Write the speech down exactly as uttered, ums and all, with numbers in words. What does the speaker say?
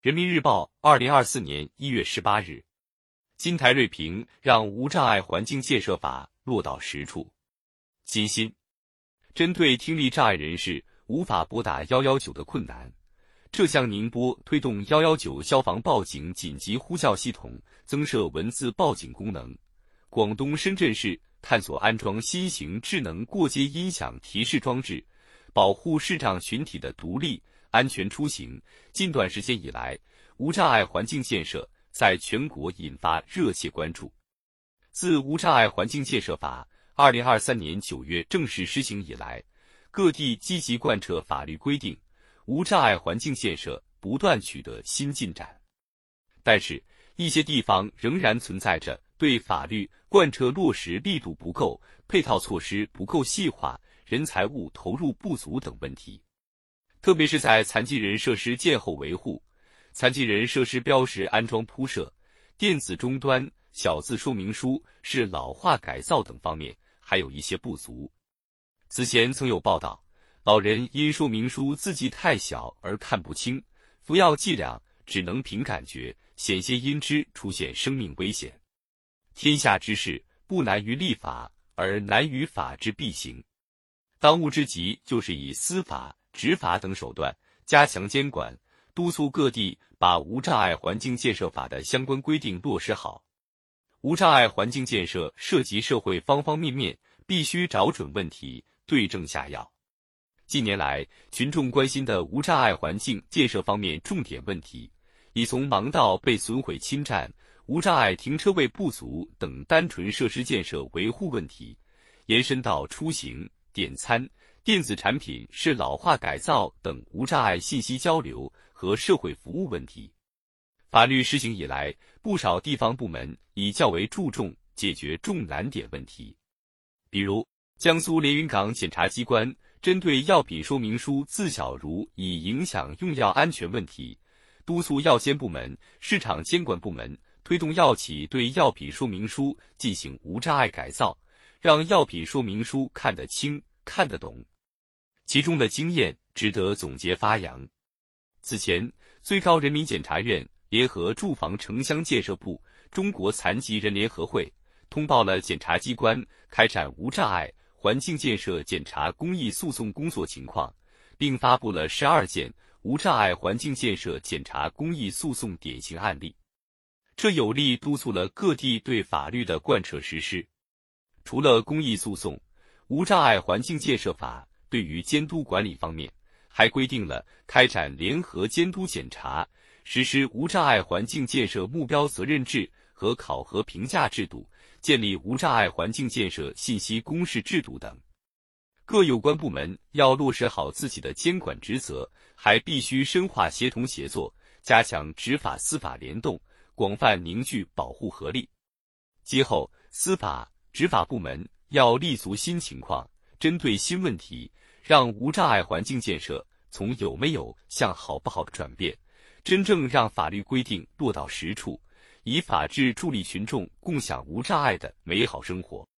人民日报，二零二四年一月十八日，金台锐评让无障碍环境建设法落到实处。金鑫，针对听力障碍人士无法拨打一一九的困难，浙江宁波推动一一九消防报警紧急呼叫系统增设文字报警功能。广东深圳市探索安装新型智能过街音响提示装置，保护视障群体的独立安全出行。近段时间以来，无障碍环境建设在全国引发热切关注。自无障碍环境建设法二零二三年九月正式施行以来，各地积极贯彻法律规定，无障碍环境建设不断取得新进展。但是，一些地方仍然存在着对法律贯彻落实力度不够、配套措施不够细化、人财物投入不足等问题。特别是在残疾人设施建后维护、残疾人设施标识安装铺设、电子终端、小字说明书是老化改造等方面还有一些不足。此前曾有报道，老人因说明书字迹太小而看不清，服药剂量只能凭感觉，险些因之出现生命危险。天下之事不难于立法，而难于法之必行。当务之急就是以司法、执法等手段加强监管，督促各地把无障碍环境建设法的相关规定落实好。无障碍环境建设涉及社会方方面面，必须找准问题，对症下药。近年来，群众关心的无障碍环境建设方面重点问题，已从盲道被损毁侵占、无障碍停车位不足等单纯设施建设维护问题，延伸到出行、点餐、电子产品是老化改造等无障碍信息交流和社会服务问题。法律施行以来，不少地方部门已较为注重解决重难点问题。比如，江苏连云港检察机关针对药品说明书字小如已影响用药安全问题，督促药监部门、市场监管部门推动药企对药品说明书进行无障碍改造，让药品说明书看得清、看得懂。其中的经验值得总结发扬。此前，最高人民检察院联合住房城乡建设部、中国残疾人联合会通报了检察机关开展无障碍环境建设检察公益诉讼工作情况，并发布了十二件无障碍环境建设检察公益诉讼典型案例。这有力督促了各地对法律的贯彻实施。除了公益诉讼，无障碍环境建设法对于监督管理方面，还规定了开展联合监督检查、实施无障碍环境建设目标责任制和考核评价制度、建立无障碍环境建设信息公示制度等。各有关部门要落实好自己的监管职责，还必须深化协同协作，加强执法司法联动，广泛凝聚保护合力。今后，司法、执法部门要立足新情况，针对新问题，让无障碍环境建设从有没有向好不好的转变，真正让法律规定落到实处，以法治助力群众共享无障碍的美好生活。